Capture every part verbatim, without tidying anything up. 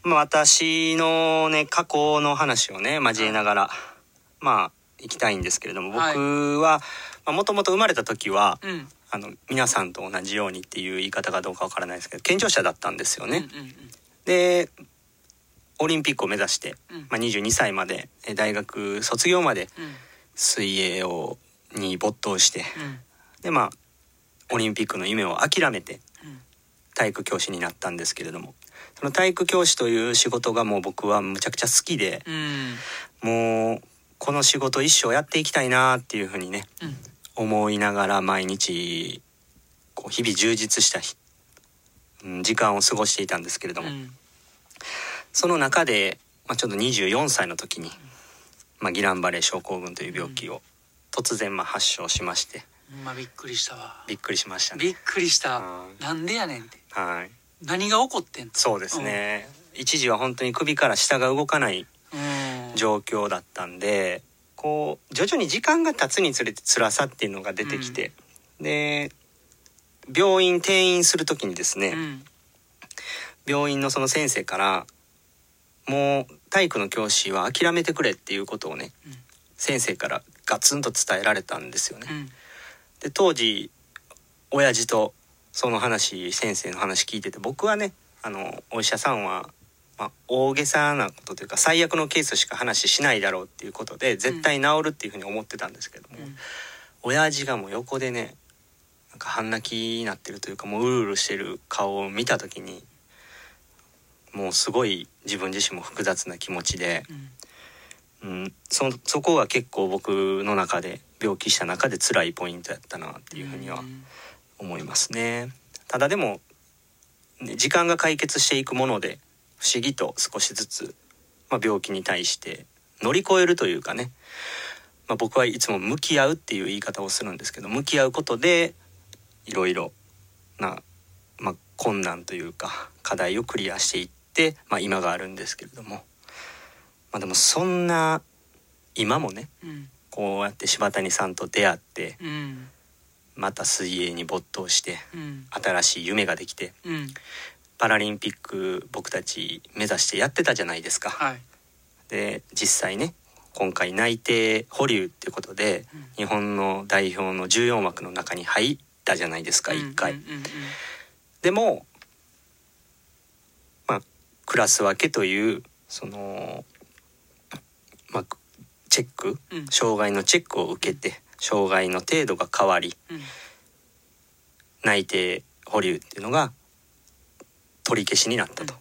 まあ、私のね過去の話をね交えながら、はい、まあ行きたいんですけれども、僕はもともと生まれた時は、うん、あの皆さんと同じようにっていう言い方がどうかわからないですけど健常者だったんですよね、うんうんうん、でオリンピックを目指して、うんまあ、にじゅうにさいまで大学卒業まで水泳をに没頭して、うん、でまあオリンピックの夢を諦めて体育教師になったんですけれども、その体育教師という仕事がもう僕はむちゃくちゃ好きで、うん、もうこの仕事一生やっていきたいなっていうふうにね、うん、思いながら毎日こう日々充実した日、うん、時間を過ごしていたんですけれども、うん、その中で、まあ、ちょっとにじゅうよんさいの時に、まあ、ギランバレー症候群という病気を突然まあ発症しまして、 まあ、びっくりしたわ。 びっくりしましたね。 びっくりした。なんでやねんって。 はい。 何が起こってんの？ そうですね、うん、一時は本当に首から下が動かない状況だったんで、こう徐々に時間が経つにつれて辛さっていうのが出てきて、うん、で病院転院する時にですね、うん、病院のその先生からもう体育の教師は諦めてくれっていうことをね、うん、先生からガツンと伝えられたんですよね、うん、で当時親父とその話先生の話聞いてて、僕はねあのお医者さんは、まあ、大げさなことというか最悪のケースしか話しないだろうっていうことで絶対治るっていうふうに思ってたんですけども、うん、親父がもう横でねなんか半泣きになってるというかもううるうるしてる顔を見た時にもうすごい自分自身も複雑な気持ちで、うんうん、そ, そこが結構僕の中で病気した中で辛いポイントやったなっていうふうには思いますね。ただでも、ね、時間が解決していくもので不思議と少しずつ、まあ、病気に対して乗り越えるというかね、まあ、僕はいつも向き合うっていう言い方をするんですけど、向き合うことでいろいろな、まあ、困難というか課題をクリアしていって、まあ、今があるんですけれども、まあ、でもそんな今もね、うん、こうやって柴谷さんと出会って、うん、また水泳に没頭して、うん、新しい夢ができて、うん、パラリンピック僕たち目指してやってたじゃないですか、はい、で実際ね今回内定保留っていうことで、うん、日本の代表のじゅうよんわくの中に入ったじゃないですか、いっかい、うんうんうんうん、でも、まあ、クラス分けというその、まあ、チェック、うん、障害のチェックを受けて障害の程度が変わり、うん、内定保留っていうのが取り消しになったと、うん、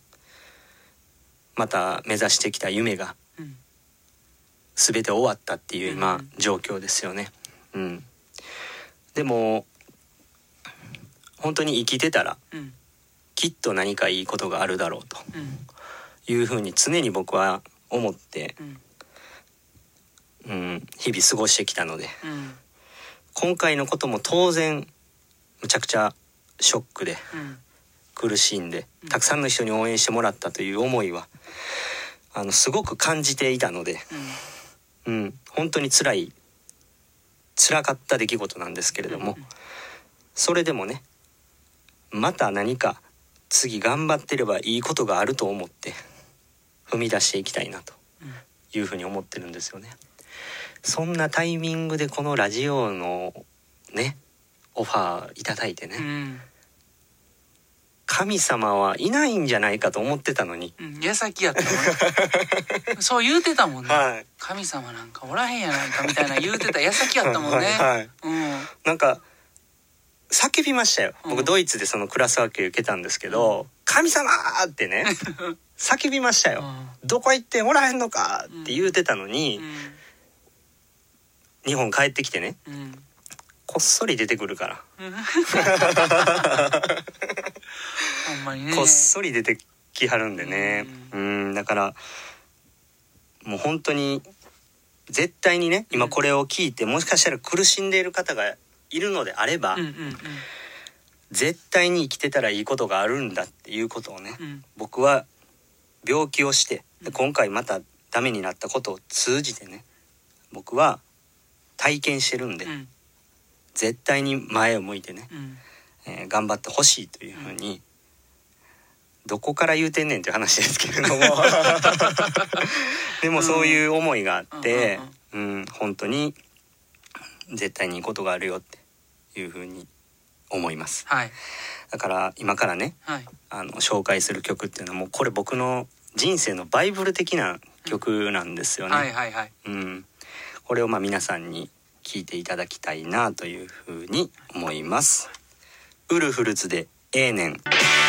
また目指してきた夢が全て終わったっていう今、うん、状況ですよね、うん、でも本当に生きてたら、うん、きっと何かいいことがあるだろうというふうに常に僕は思って、うんうん、日々過ごしてきたので、うん、今回のことも当然むちゃくちゃショックで、うん、苦しんで、たくさんの人に応援してもらったという思いはあのすごく感じていたので、うんうん、本当に辛い辛かった出来事なんですけれども、うん、それでもねまた何か次頑張ってればいいことがあると思って踏み出していきたいなというふうに思ってるんですよね。そんなタイミングでこのラジオのねオファーいただいてね、うん、神様はいないんじゃないかと思ってたのに、 うん、矢先やったもんそう言うてたもんね、はい、神様なんかおらへんやないかみたいな言うてた矢先やったもんね、はいはい、うん、 なんか叫びましたよ。僕ドイツでそのクラス分け受けたんですけど、うん、神様ってね叫びましたよ、うん、どこ行っておらへんのかって言うてたのに、うん、日本帰ってきてね、うん、こっそり出てくるからほんまにねこっそり出てきはるんでね、うん、うんだからもう本当に絶対にね今これを聞いてもしかしたら苦しんでいる方がいるのであれば、うんうんうん、絶対に生きてたらいいことがあるんだっていうことをね、うん、僕は病気をしてで今回またダメになったことを通じてね僕は体験してるんで、うん、絶対に前を向いてね、うんえー、頑張ってほしいというふうにどこから言うてんねんっていう話ですけれどもでもそういう思いがあって、うん、うん、本当に絶対にいいことがあるよっていうふうに思います、 はい、 だから今からね、はい、あの紹介する曲っていうのはもうこれ僕の人生のバイブル的な曲なんですよね、 うん、はいはいはい、 うん、これをまあ皆さんに聴いていただきたいなというふうに思います。ウルフルズでええねん。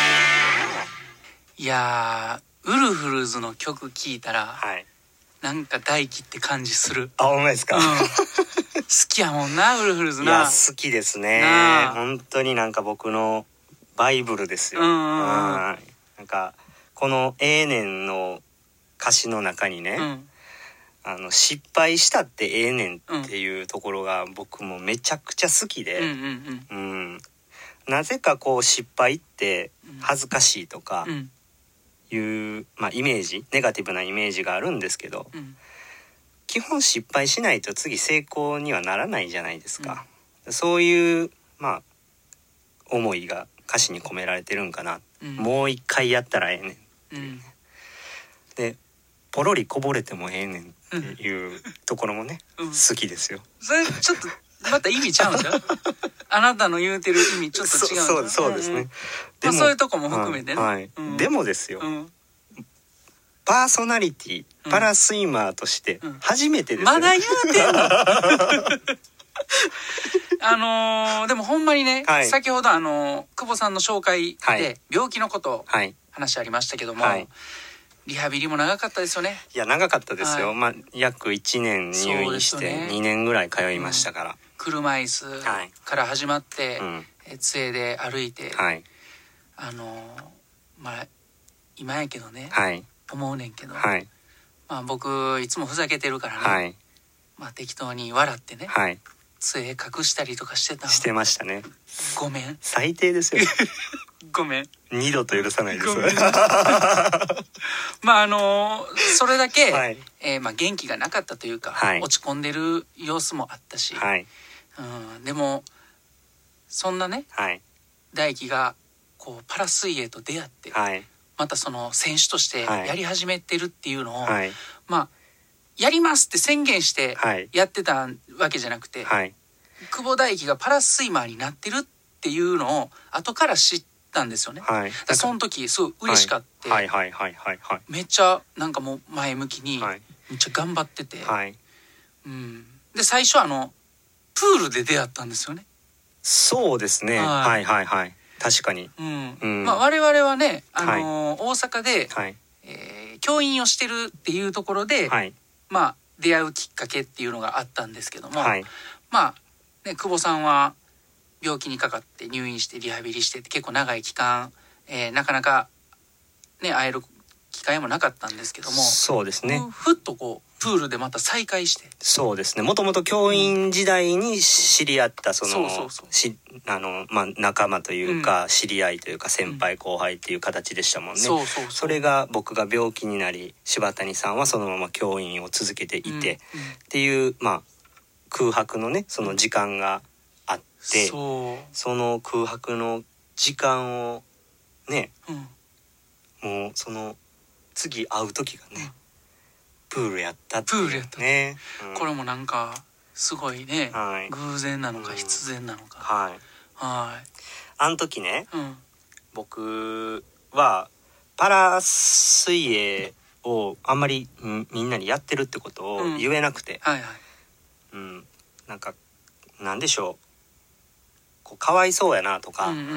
いやー、ウルフルズの曲聴いたら、はい、なんか大輝って感じする。 あ、ほんまですか、うん、好きやもんなウルフルズな。 いや好きですね。本当になんか僕のバイブルですよ、うんうんうん、なんかこのええねんの歌詞の中にね、うん、あの失敗したってええねんっていうところが僕もめちゃくちゃ好きで、うんうんうんうん、なぜかこう失敗って恥ずかしいとかいう、うん、まあ、イメージネガティブなイメージがあるんですけど、うん、基本失敗しないと次成功にはならないじゃないですか、うん、そういうまあ思いが歌詞に込められてるんかな、うん、もう一回やったらええねんっていう、ね、うん、でポロリこぼれてもええねんっていうところもね、うん、好きですよ。 それちょっとまた意味ちゃうんじゃんあなたの言うてる意味ちょっと違うんじゃん。 そ, そうそうですね、うんうん、 でも、まあ、そういうとこも含めてね、 はいはい、うん、でもですよ、うん、パーソナリティパラスイマーとして初めてですよ、 うん、まだ言うてんのあのー、でもほんまにね、はい、先ほどあの久保さんの紹介で病気のことを話ありましたけども、はい、リハビリも長かったですよね。 いや長かったですよ、はい、まあ、約いちねん入院してにねんぐらい通いましたから、うん、 車椅子から始まって、はい、杖で歩いて、はい、あのー、まあ今やけどね、はい、思うねんけど、はい、まあ、僕いつもふざけてるからね、はい、まあ、適当に笑ってね、はい、杖隠したりとかしてた。 してましたね。 ごめん。 最低ですよごめん。 二度と許さないですまああのー、それだけ、はい、えー、まあ元気がなかったというか、はい、落ち込んでる様子もあったし、はい、うん、でもそんなね、はい、大輝がこうパラ水泳と出会って、はい、またその選手としてやり始めてるっていうのを、はい、まあやりますって宣言してやってたわけじゃなくて、はい、久保大輝がパラスイマーになってるっていうのを後から知ったんですよね、はい、だその時すごい嬉しかった、はいはいはいはいはい、めっちゃなんかもう前向きにめっちゃ頑張ってて、はい、うん、で最初あのプールで出会ったんですよね。 そうですね、はい、はいはいはい確かに、 うんうん、まあ、我々はね、あのーはい、大阪で、はい、えー、教員をしてるっていうところで、はい、まあ出会うきっかけっていうのがあったんですけども、はい、まあね久保さんは病気にかかって入院してリハビリしてって結構長い期間、えー、なかなかね会える機会もなかったんですけども、 そうですね、 ふっとこうプールでまた再会して、 そうですね、もともと教員時代に知り合ったそのあの、まあ、仲間というか、うん、知り合いというか先輩後輩っていう形でしたもんね、うん、そうそうそう、それが僕が病気になり柴谷さんはそのまま教員を続けていて、うんうん、っていう、まあ、空白のねその時間があって、そう、その空白の時間をね、うん、もうその次会う時がね、うん、プールやったっていうね、プールやったね、 うん、これもなんかすごいね、はい、偶然なのか必然なのか、うん、はいはい、あの時ね、うん、僕はパラ水泳をあんまりみんなにやってるってことを言えなくて、うん、はいはい、うん、なんかなんでしょう、こうかわいそうやなとか、うんうんうんうん、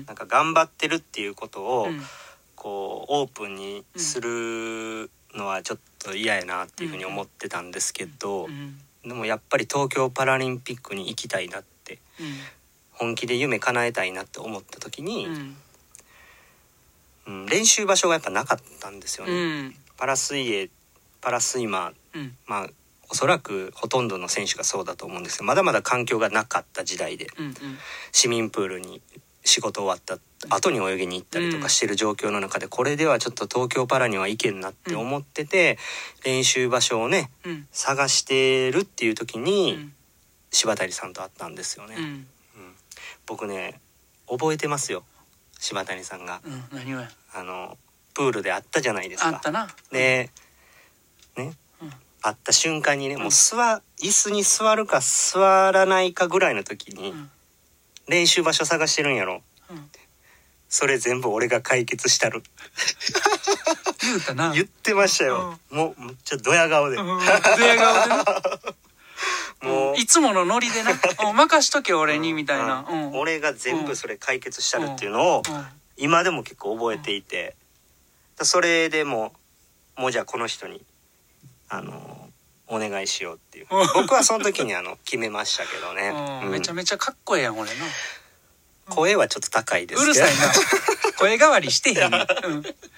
なんか頑張ってるっていうことを、うん、こうオープンにするのはちょっと嫌やなっていうふうに思ってたんですけど、うんうん、でもやっぱり東京パラリンピックに行きたいなって、うん、本気で夢叶えたいなって思った時に、うんうん、練習場所がやっぱなかったんですよね、うん、パラ水泳パラスイマー、うん、まあおそらくほとんどの選手がそうだと思うんですけど、まだまだ環境がなかった時代で、うんうん、市民プールに仕事終わった後に泳ぎに行ったりとかしてる状況の中で、これではちょっと東京パラには行けんなって思ってて、うん、練習場所をね、うん、探してるっていう時に、うん、柴谷さんと会ったんですよね、うんうん、僕ね覚えてますよ、 柴谷さんが、 うん、何をやあのプールで会ったじゃないですか。 あったな。 でね、うん、会った瞬間にね、もう座椅子に座るか座らないかぐらいの時に、うん、練習場所探してるんやろ、うん、それ全部俺が解決したる言うたな。 言ってましたよ、うん、もうめっちゃドヤ顔で、うん、ドヤ顔でなもういつものノリでな任しとけ俺にみたいな、 うんうん、俺が全部それ解決したるっていうのを今でも結構覚えていて、それでももうじゃあこの人にあのお願いしようっていう僕はその時にあの決めましたけどね、 うん、めちゃめちゃかっこええやん俺な。 声はちょっと高いですけど、 うるさいな声変わりしてへん、うん